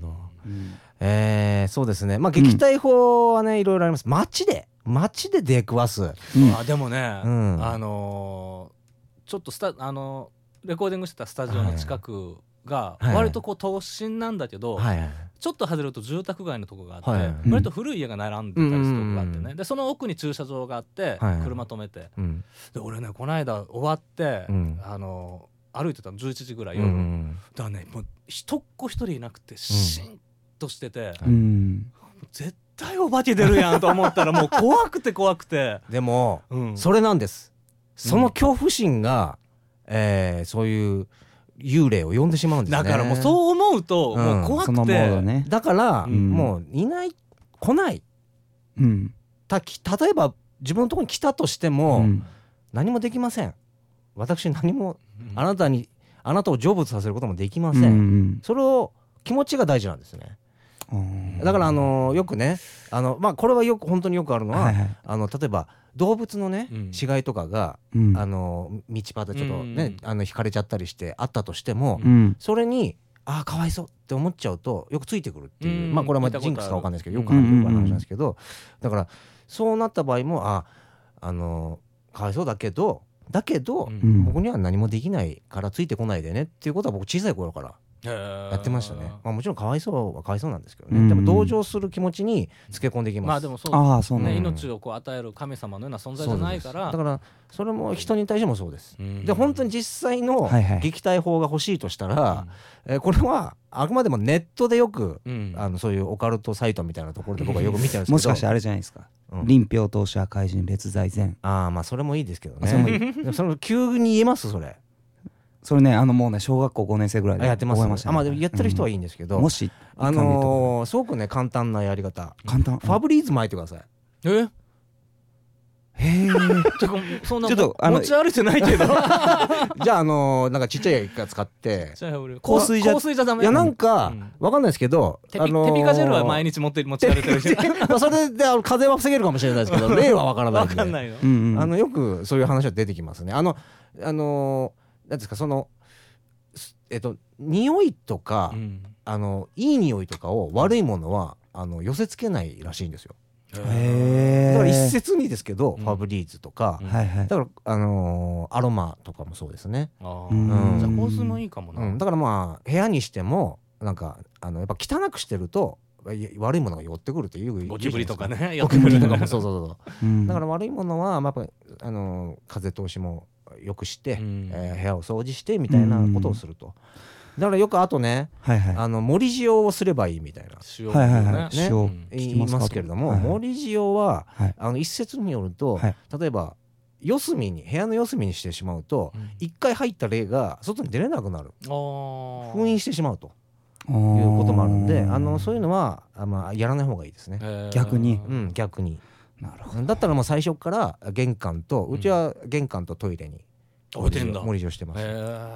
Speaker 3: そうですね。撃退法はねいろいろあります。街で出くわす、
Speaker 2: でもね、ちょっとレコーディングしてたスタジオの近くが割とこう都心なんだけど、ちょっと外れると住宅街のとこがあって、割と古い家が並んでたりするとこがあってね、でその奥に駐車場があって車止めて、で俺ねこの間終わって、歩いてたの11時ぐらい夜、だからねもう一人いなくてシーンとしてて、絶対お化け出るやんと思ったらもう怖くて
Speaker 3: でも、それなんです。その恐怖心が、そういう幽霊を呼んでしまうんですね。
Speaker 2: だからもうそう思うともう怖くて、
Speaker 1: ね、
Speaker 3: だから、もういない来ない、例えば自分のところに来たとしても、何もできません。私何もあなたを成仏させることもできません、それを気持ちが大事なんですね。だからよくねこれは本当によくあるのは、例えば動物のね、死骸とかが、道端でちょっとね、引かれちゃったりしてあったとしても、それにかわいそうって思っちゃうとよくついてくるっていう、これはジンクスか分かんないですけどよくある話なんですけど、だからそうなった場合もかわいそうだけど僕には何もできないからついてこないでねっていうことは僕小さい頃からやってましたね。もちろんかわいそうはかわいそうなんですけどね、でも同情する気持ちにつけ込んでいきます。
Speaker 2: でもそうね、命を与える神様のような存在じゃないから、
Speaker 3: だからそれも人に対してもそうです。で本当に実際の撃退法が欲しいとしたら、これはあくまでもネットでよくそういうオカルトサイトみたいなところで僕はよく見てるんですけど、
Speaker 1: もしかしてあれじゃないですか、臨氷投資怪人列在前。
Speaker 3: それもいいですけどね。それ急に言えます？それ
Speaker 1: もうね小学校5年生ぐらいで
Speaker 3: やってます。やってる人はいいんですけど、
Speaker 1: もし
Speaker 3: すごくね簡単なやり方、ファブリーズ巻いてください。
Speaker 2: そんな持ち歩いてないけど
Speaker 3: じゃあなんかちっちゃいやつ使って
Speaker 2: 香水じゃダメ。
Speaker 3: いやなんかわかんないですけど、
Speaker 2: テピカジェルは毎日持ち歩いてるし
Speaker 3: それで風は防げるかもしれないですけど例はわからないんで。
Speaker 2: わかんないの。
Speaker 3: よくそういう話は出てきますね。なんですか匂いとか、いい匂いとかを悪いものは寄せつけないらしいんですよ。だから一説にですけど、ファブリーズとか、だからアロマとかもそうですね。
Speaker 2: じゃあ香水もいいかもな。
Speaker 3: だから部屋にしてもなんかやっぱ汚くしてると悪いものが寄ってくるっていう。
Speaker 2: ゴキブリとかね。
Speaker 3: ゴキブリとかもそうだから悪いものはやっぱ風通しもよくして、部屋を掃除してみたいなことをすると。だからよくあとね、盛り塩をすればいいみたいな言いますけれども、盛り塩は一説によると、例えば部屋の四隅にしてしまうと一回入った霊が外に出れなくなる、封印してしまうということもあるんで、そういうのはやらない方がいいですね。
Speaker 1: 逆に。
Speaker 3: 逆に。だったらもう最初から玄関と、うちは玄関とトイレに盛り塩してます。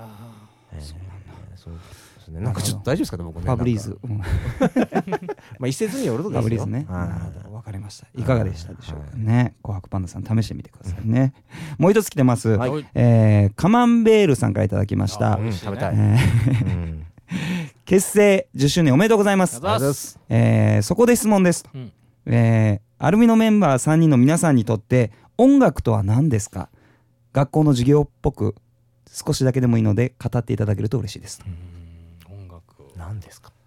Speaker 3: そうですね。なんかちょっと大丈夫ですかね、僕ね。
Speaker 1: ファブリーズ。
Speaker 3: 一説によるとですよ。
Speaker 1: ファブリーズね。わかりました。いかがでしたでしょうかね。紅白パンダさん試してみてくださいね。もう一つ来てます。カマンベールさんからいただきました。
Speaker 3: 食べたい。
Speaker 1: 結成10周年おめでとうございます。そこで質問です。アルミのメンバー3人の皆さんにとって音楽とは何ですか？学校の授業っぽく少しだけでもいいので語っていただけると嬉しいです。
Speaker 2: 音楽
Speaker 3: 何ですか？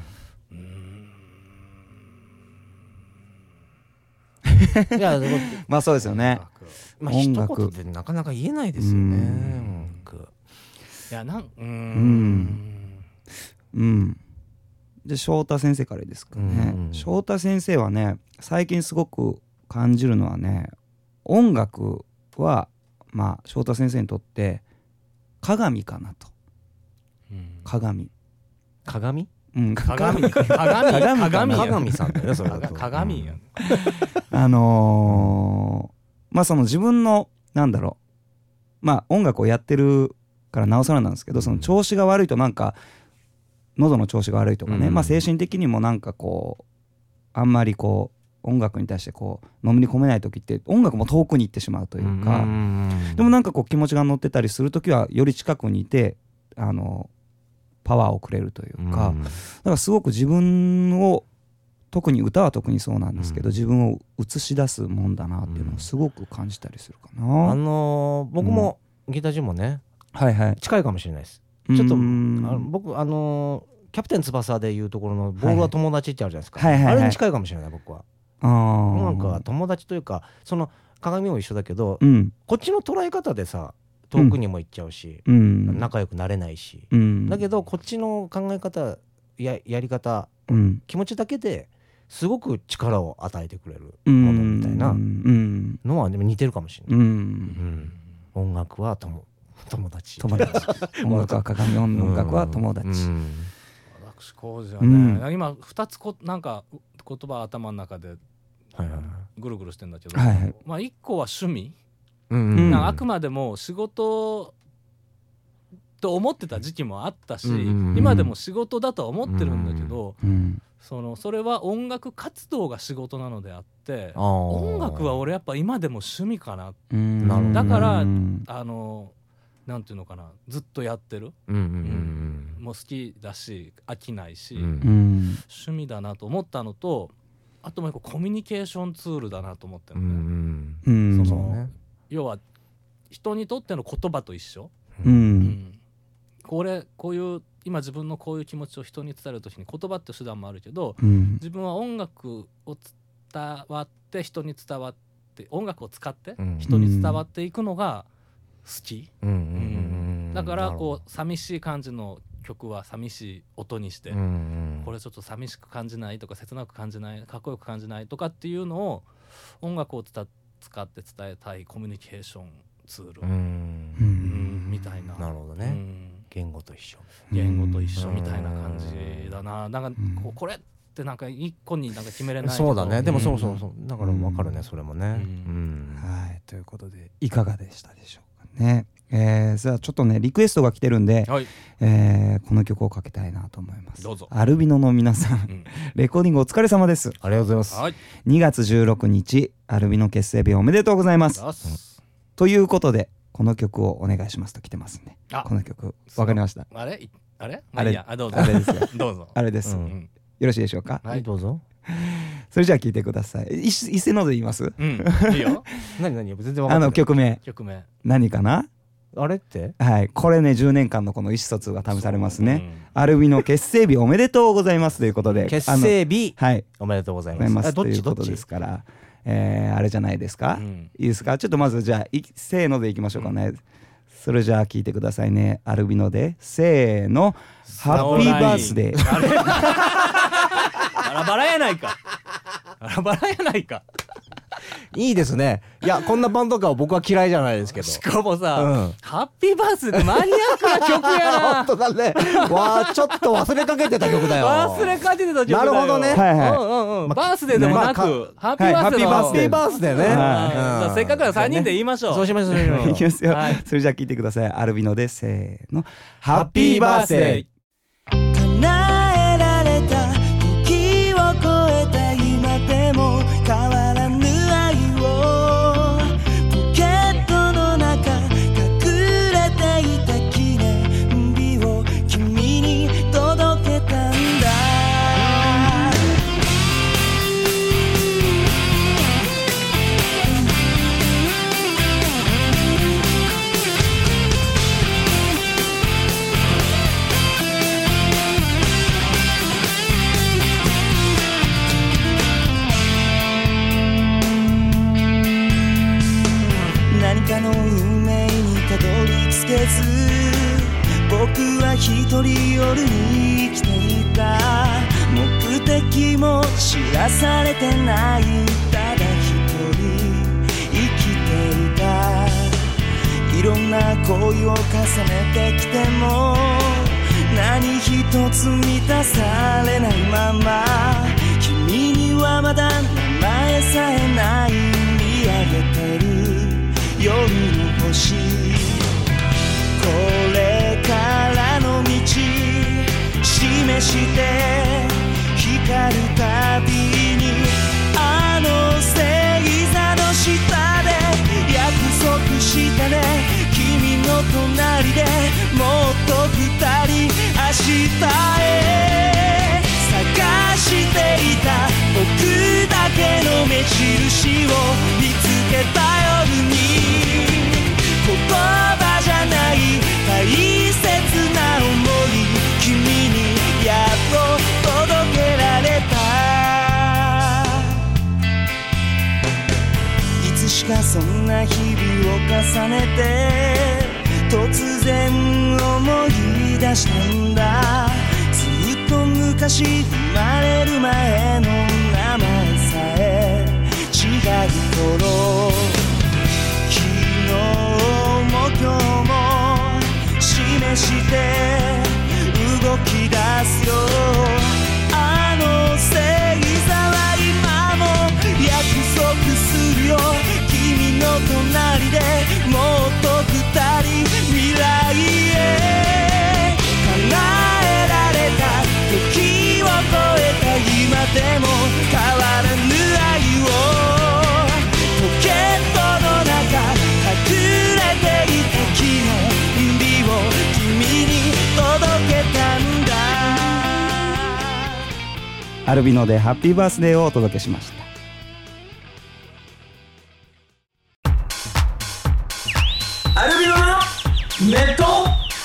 Speaker 3: いや
Speaker 1: まあそうですよね。
Speaker 3: 一言でなかなか言えないですよね。
Speaker 2: いや
Speaker 1: じゃあ翔太先生からいいですかね。翔太先生はね、最近すごく感じるのはね、音楽は翔太先生にとって鏡かなと。鏡
Speaker 3: 鏡さんだよね、それだと。
Speaker 2: 鏡や。
Speaker 1: その自分の音楽をやってるからなおさらなんですけど、その調子が悪いとなんか喉の調子が悪いとかね、精神的にもなんかあんまり音楽に対してのめり込めない時って音楽も遠くに行ってしまうというか、でもなんか気持ちが乗ってたりする時はより近くにいてパワーをくれるというか、だからすごく自分を、特に歌は特にそうなんですけど、自分を映し出すもんだなっていうのをすごく感じたりするかな。
Speaker 3: 僕もギター順もね、近いかもしれないです。ちょっと僕キャプテン翼でいうところのボールは友達ってあるじゃないですか、あれに近いかもしれない。僕はなんか友達というか、その鏡も一緒だけど、こっちの捉え方でさ遠くにも行っちゃうし、仲良くなれないし、だけどこっちの考え方やり方、気持ちだけですごく力を与えてくれるものみたいなのはでも似てるかもしれない。音楽は友達
Speaker 1: 音楽は鏡、音楽は友達。
Speaker 2: 私浩二はね、今2つなんか言葉頭の中でぐるぐるしてんだけど、まあ1個は趣味、あくまでも仕事と思ってた時期もあったし、今でも仕事だとは思ってるんだけど、それは音楽活動が仕事なのであって、音楽は俺やっぱ今でも趣味かな。だからなんていうのかな、ずっとやってる、もう好きだし飽きないし、趣味だなと思ったのと、あともう一個コミュニケーションツールだなと思ってるね。要は人にとっての言葉と一緒、こういう今自分のこういう気持ちを人に伝えるときに言葉って手段もあるけど、自分は音楽を伝わって人に伝わって、音楽を使って人に伝わっていくのが好き、だからこう寂しい感じの曲は寂しい音にして、これちょっと寂しく感じないとか切なく感じない、かっこよく感じないとかっていうのを音楽を使って伝えたいコミュニケーションツール、みたいな。
Speaker 3: なるほどね、言語と一緒
Speaker 2: みたいな感じだな。なんかこれってなんか一個になんか決めれないけど。
Speaker 3: そうだね。でもそうだから分かるね、それもね。
Speaker 1: はい、ということでいかがでしたでしょうかね。じゃあちょっとねリクエストが来てるんで、この曲をかけたいなと思います。
Speaker 2: どうぞ。
Speaker 1: アルビノの皆さん、レコーディングお疲れ様です。
Speaker 3: ありがとうございます。
Speaker 1: 2月16日アルビノ結成日おめでとうございます。ということでこの曲をお願いしますと来てますね。この曲わかりました。
Speaker 2: あれどうぞ。
Speaker 1: あれですよ。
Speaker 2: どうぞ。
Speaker 1: あれです。よろしいでしょうか。
Speaker 3: はい、どうぞ。
Speaker 1: それじゃあ聞いてください。一斉ので言います。
Speaker 2: いいよ。
Speaker 3: 何全然分かんない。
Speaker 1: 曲名何かな。
Speaker 3: あれって
Speaker 1: これね10年間のこの意思疎通が試されますね。アルビノ結成日おめでとうございますということで、
Speaker 3: 結成日おめでとうございます
Speaker 1: ということですから、あれじゃないですか。いいですか。ちょっとまずじゃあせーのでいきましょうかね。それじゃあ聞いてくださいね。アルビノでせーの、ハッピーバースデー。
Speaker 2: バラバラやないか。
Speaker 3: いいですね。いや、こんなバンドかは僕は嫌いじゃないですけど。
Speaker 2: しかもさ、ハッピーバースデーマニアックな曲やな。
Speaker 3: 本当だね。ちょっと忘れかけてた曲だよ。
Speaker 2: 忘れかけてた曲だよ。
Speaker 3: なるほどね。
Speaker 2: バースデーでもなく、ハッピーバースデー。
Speaker 3: ハッピーバースデーね。
Speaker 2: せっかくだから3人で言いましょう。
Speaker 3: そうしましょう。
Speaker 1: いきますよ。それじゃあ聞いてください。アルビノでせーの、ハッピーバースデー。
Speaker 4: 叶えられた時を超えた今でも変わらぬ愛を、ポケットの中隠れていた記念日を君に届けたんだ。何かの運命にたどり着けず、僕は一人夜に生きていた。目的も知らされてない、ただ一人生きていた。いろんな恋を重ねてきても何一つ満たされないまま、君にはまだ名前さえない。見上げてる夜の星、これからの道示して光るたびに、あの星座の下で約束したね。君の隣でもっと二人明日へ探していた僕だけの目印を見つけた夜に、言葉じゃない大切な想い、君にやっと届けられた。いつしかそんな日々を重ねて突然思い出したんだ。ずっと昔生まれる前の名前さえ違う頃、昨日も今日も
Speaker 1: アルビノでハッピーバースデーをお届けしました。アルビノのネット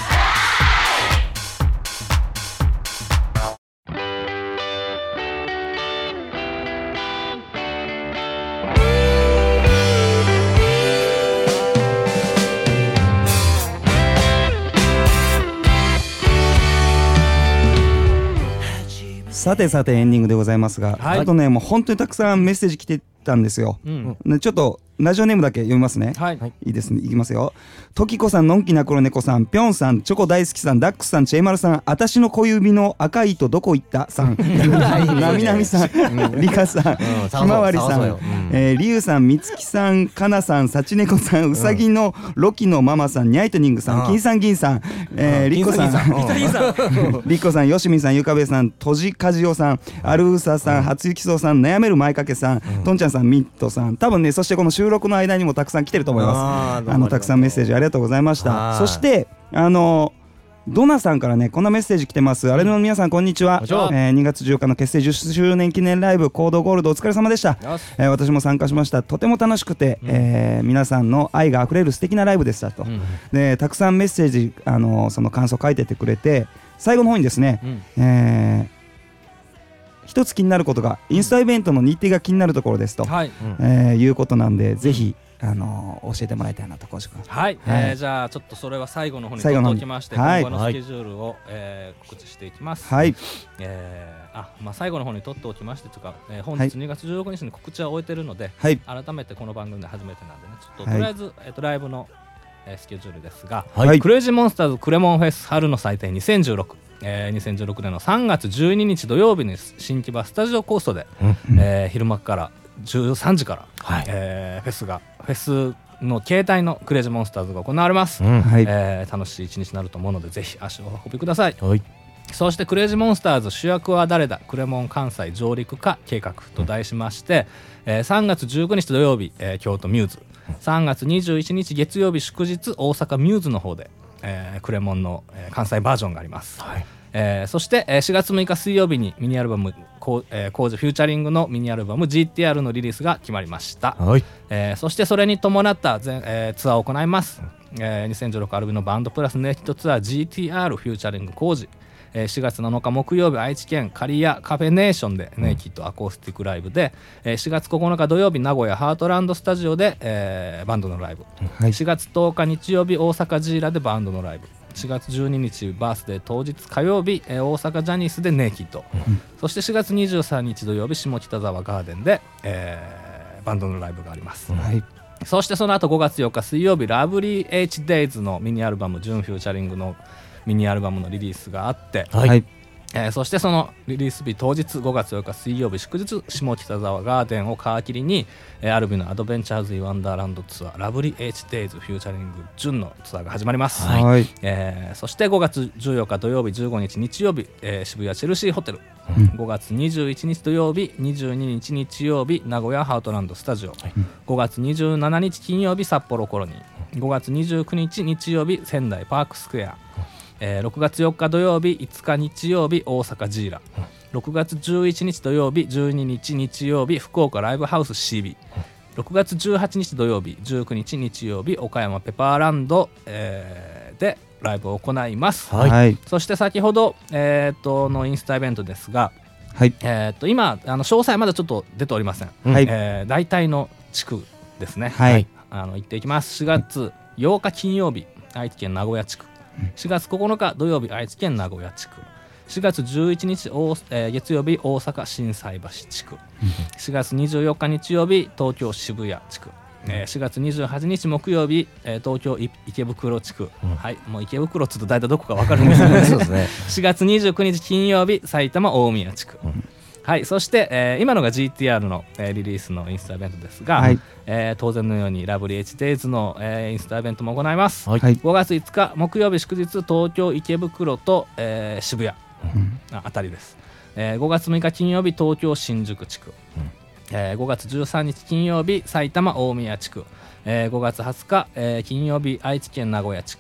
Speaker 1: さてさてエンディングでございますが、あとねもう本当にたくさんメッセージ来てたんですよ、ちょっとラジオネームだけ読みますね。いいですね、いきますよ。トキコさん、のんきな黒猫さん、ぴょんさん、チョコ大好きさん、ダックスさん、チェイマルさん、あたしの小指の赤い糸どこ行ったさん、なみなみさん、リカさん、ひまわりさん、りゆうさん、みつきさん、かなさん、さちねこさん、うさぎのロキのママさん、ニャイトニングさん、金さん銀さん、りっこさん、りっこさん、よしみんさん、ゆかべさん、とじかじおさん、アルーサさん、初雪そうさん、悩める前掛けさん、とんちゃんさん、ミットさん、多分ね、そしてこの収録の間にもたくさん来てると思います。たくさんメッセージありがとうございました。そしてドナさんからねこんなメッセージ来てます。あれの皆さんこんにちは。2月14日の結成10周年記念ライブコードゴールドお疲れ様でした。私も参加しました。とても楽しくて、皆さんの愛があふれる素敵なライブでしたと、でたくさんメッセージその感想書いててくれて、最後の方にですね、一つ気になることがインスタイベントの日程が気になるところですと、いうことなんで、ぜひ教えてもらいたいなと。コウジ君。
Speaker 2: じゃあちょっとそれは最後の方に取っておきまして、今後のスケジュールを告知していきます。最後の方に取っておきましてとか、本日2月16日に告知は終えてるので、改めてこの番組で初めてなんでね、ちょっととりあえずライブのスケジュールですが、クレイジーモンスターズクレモンフェス春の祭典2016、2016年の3月12日土曜日に新木場スタジオコーストで、昼間から13時から、フェスの形態のクレイジーモンスターズが行われます。楽しい一日になると思うので、ぜひ足をお運びください。そしてクレイジーモンスターズ主役は誰だクレモン関西上陸化計画と題しまして、3月19日土曜日、京都ミューズ、3月21日月曜日祝日大阪ミューズの方で、クレモンの、関西バージョンがあります。そして、4月6日水曜日にミニアルバムコージフューチャリングのミニアルバム GTR のリリースが決まりました。そしてそれに伴った、ツアーを行います。2016アルビのバンドプラスネイキッドツアー GTR フューチャリングコージ、4月7日木曜日愛知県刈谷カフェネーションでネイキッドアコースティックライブで、4月9日土曜日名古屋ハートランドスタジオで、バンドのライブ、4月10日日曜日大阪ジーラでバンドのライブ、4月12日バースデー当日火曜日、大阪ジャニスでネイキッド、そして4月23日土曜日下北沢ガーデンで、バンドのライブがあります。そしてその後5月4日水曜日ラブリー H デイズのミニアルバムジュンフューチャリングのミニアルバムのリリースがあって、そしてそのリリース日当日5月4日水曜日祝日下北沢ガーデンを皮切りに、アルビのアドベンチャーズ・イ・ワンダーランドツアーラブリー H デイズフューチャリングジュンのツアーが始まります。そして5月14日土曜日15日日曜日、渋谷チェルシーホテル、5月21日土曜日22日日曜日名古屋ハートランドスタジオ、5月27日金曜日札幌コロニー、5月29日日曜日仙台パークスクエア、6月4日土曜日5日日曜日大阪ジーラ、6月11日土曜日12日日曜日福岡ライブハウス CB、6月18日土曜日19日日曜日岡山ペパーランド、でライブを行います。そして先ほど、のインスタイベントですが、今詳細まだちょっと出ておりません。大体の地区ですね。行っていきます。4月8日金曜日愛知県名古屋地区、4月9日土曜日愛知県名古屋地区、4月11日月曜日大阪心斎橋地区、4月24日日曜日東京渋谷地区、4月28日木曜日、東京池袋地区、もう池袋っつうと大体どこか分かるんですけどね4月29日金曜日埼玉大宮地区、そして、今のが GTR の、リリースのインスタイベントですが、当然のようにラブリー H デイズの、インスタイベントも行います。5月5日木曜日祝日東京池袋と、渋谷、あたりです。5月6日金曜日東京新宿地区、5月13日金曜日埼玉大宮地区、5月20日、金曜日愛知県名古屋地区、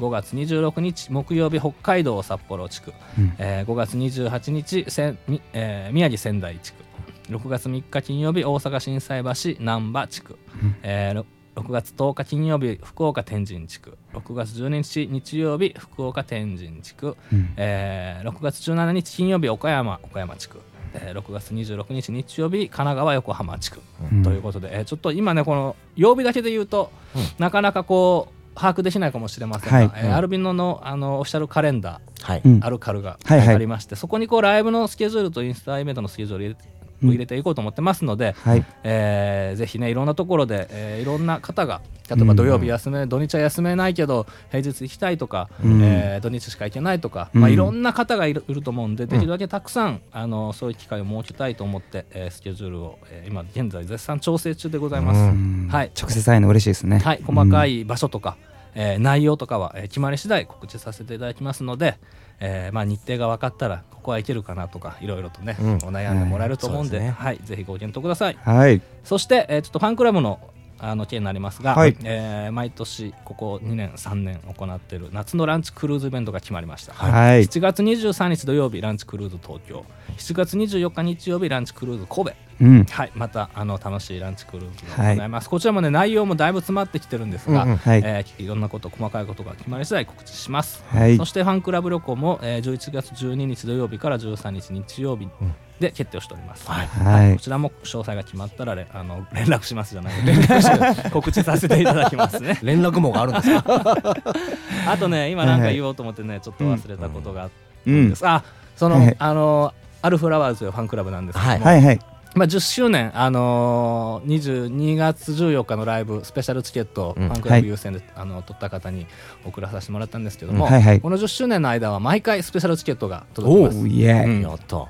Speaker 2: 5月26日木曜日北海道札幌地区、5月28日宮城仙台地区、6月3日金曜日大阪心斎橋難波地区、6月10日金曜日福岡天神地区、6月12日日曜日福岡天神地区、6月17日金曜日岡山地区、6月26日日曜日神奈川横浜地区、ということで、ちょっと今ねこの曜日だけで言うと、なかなかこう把握できないかもしれませんが、アルビノのオフィシャルカレンダー、アルカルがありまして、そこにこうライブのスケジュールとインスタイベントのスケジュールを入れていこうと思ってますので、ぜひねいろんなところで、いろんな方が例えば土曜日休め、土日は休めないけど平日行きたいとか、土日しか行けないとか、いろんな方がいると思うんで、できるだけたくさんそういう機会を設けたいと思って、スケジュールを、今現在絶賛調整中でございます。
Speaker 1: 直接会えるの嬉しいですね。
Speaker 2: 細かい場所とか、内容とかは、決まり次第告知させていただきますので、日程が分かったらここはいけるかなとかいろいろとね、お悩んでもらえると思うんで、ぜひご検討ください。そして、ちょっとファンクラブの件になりますが、毎年ここ2年3年行っている夏のランチクルーズイベントが決まりました。7月23日土曜日ランチクルーズ東京、7月24日日曜日ランチクルーズ神戸、また楽しいランチクルーズがございます。こちらもね内容もだいぶ詰まってきてるんですが、いろんなこと細かいことが決まり次第告知します。そしてファンクラブ旅行も、11月12日土曜日から13日日曜日で決定をしております。こちらも詳細が決まったら連絡しますじゃない連絡して告知させていただきますね。
Speaker 3: 連絡網があるんですか？
Speaker 2: あとね今なんか言おうと思ってねちょっと忘れたことがあるんです。アルフラワーズというファンクラブなんですけども、10周年、22月14日のライブスペシャルチケットをファンクラブ優先で、取った方に送らさせてもらったんですけども、この10周年の間は毎回スペシャルチケットが届きます。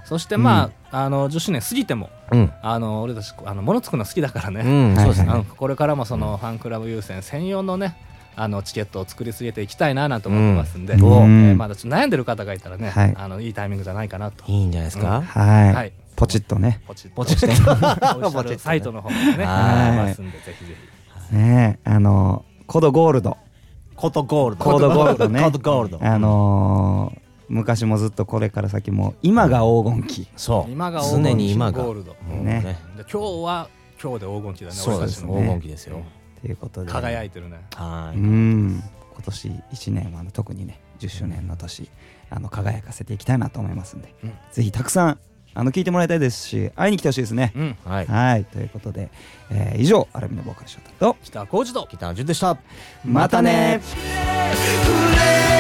Speaker 2: そして10周年過ぎても、俺たち物作るの好きだからね、これからもそのファンクラブ優先専用のねチケットを作り続けていきたいなと思ってますんで、まだちょっと悩んでる方がいたらね、いいタイミングじゃないかなと。
Speaker 3: いいんじゃないですか。
Speaker 1: ポチッとね、
Speaker 2: ポチッとサイトの方もねありますんで、ぜひぜひ
Speaker 1: ね、コードゴールドね、昔もずっとこれから先も今が黄金期、
Speaker 3: 常に今が
Speaker 2: ゴールドね。今日は今日で黄金期だね。
Speaker 3: そうですね、黄金期ですよ。
Speaker 1: ということで
Speaker 2: 輝いてるね。
Speaker 1: 今年1年は特にね10周年の年輝かせていきたいなと思いますんで、ぜひたくさん聞いてもらいたいですし、会いに来てほしいですね。ということで、以上アルビノボーカルショートと
Speaker 2: 北浩二と
Speaker 3: 北純でした。
Speaker 1: またね。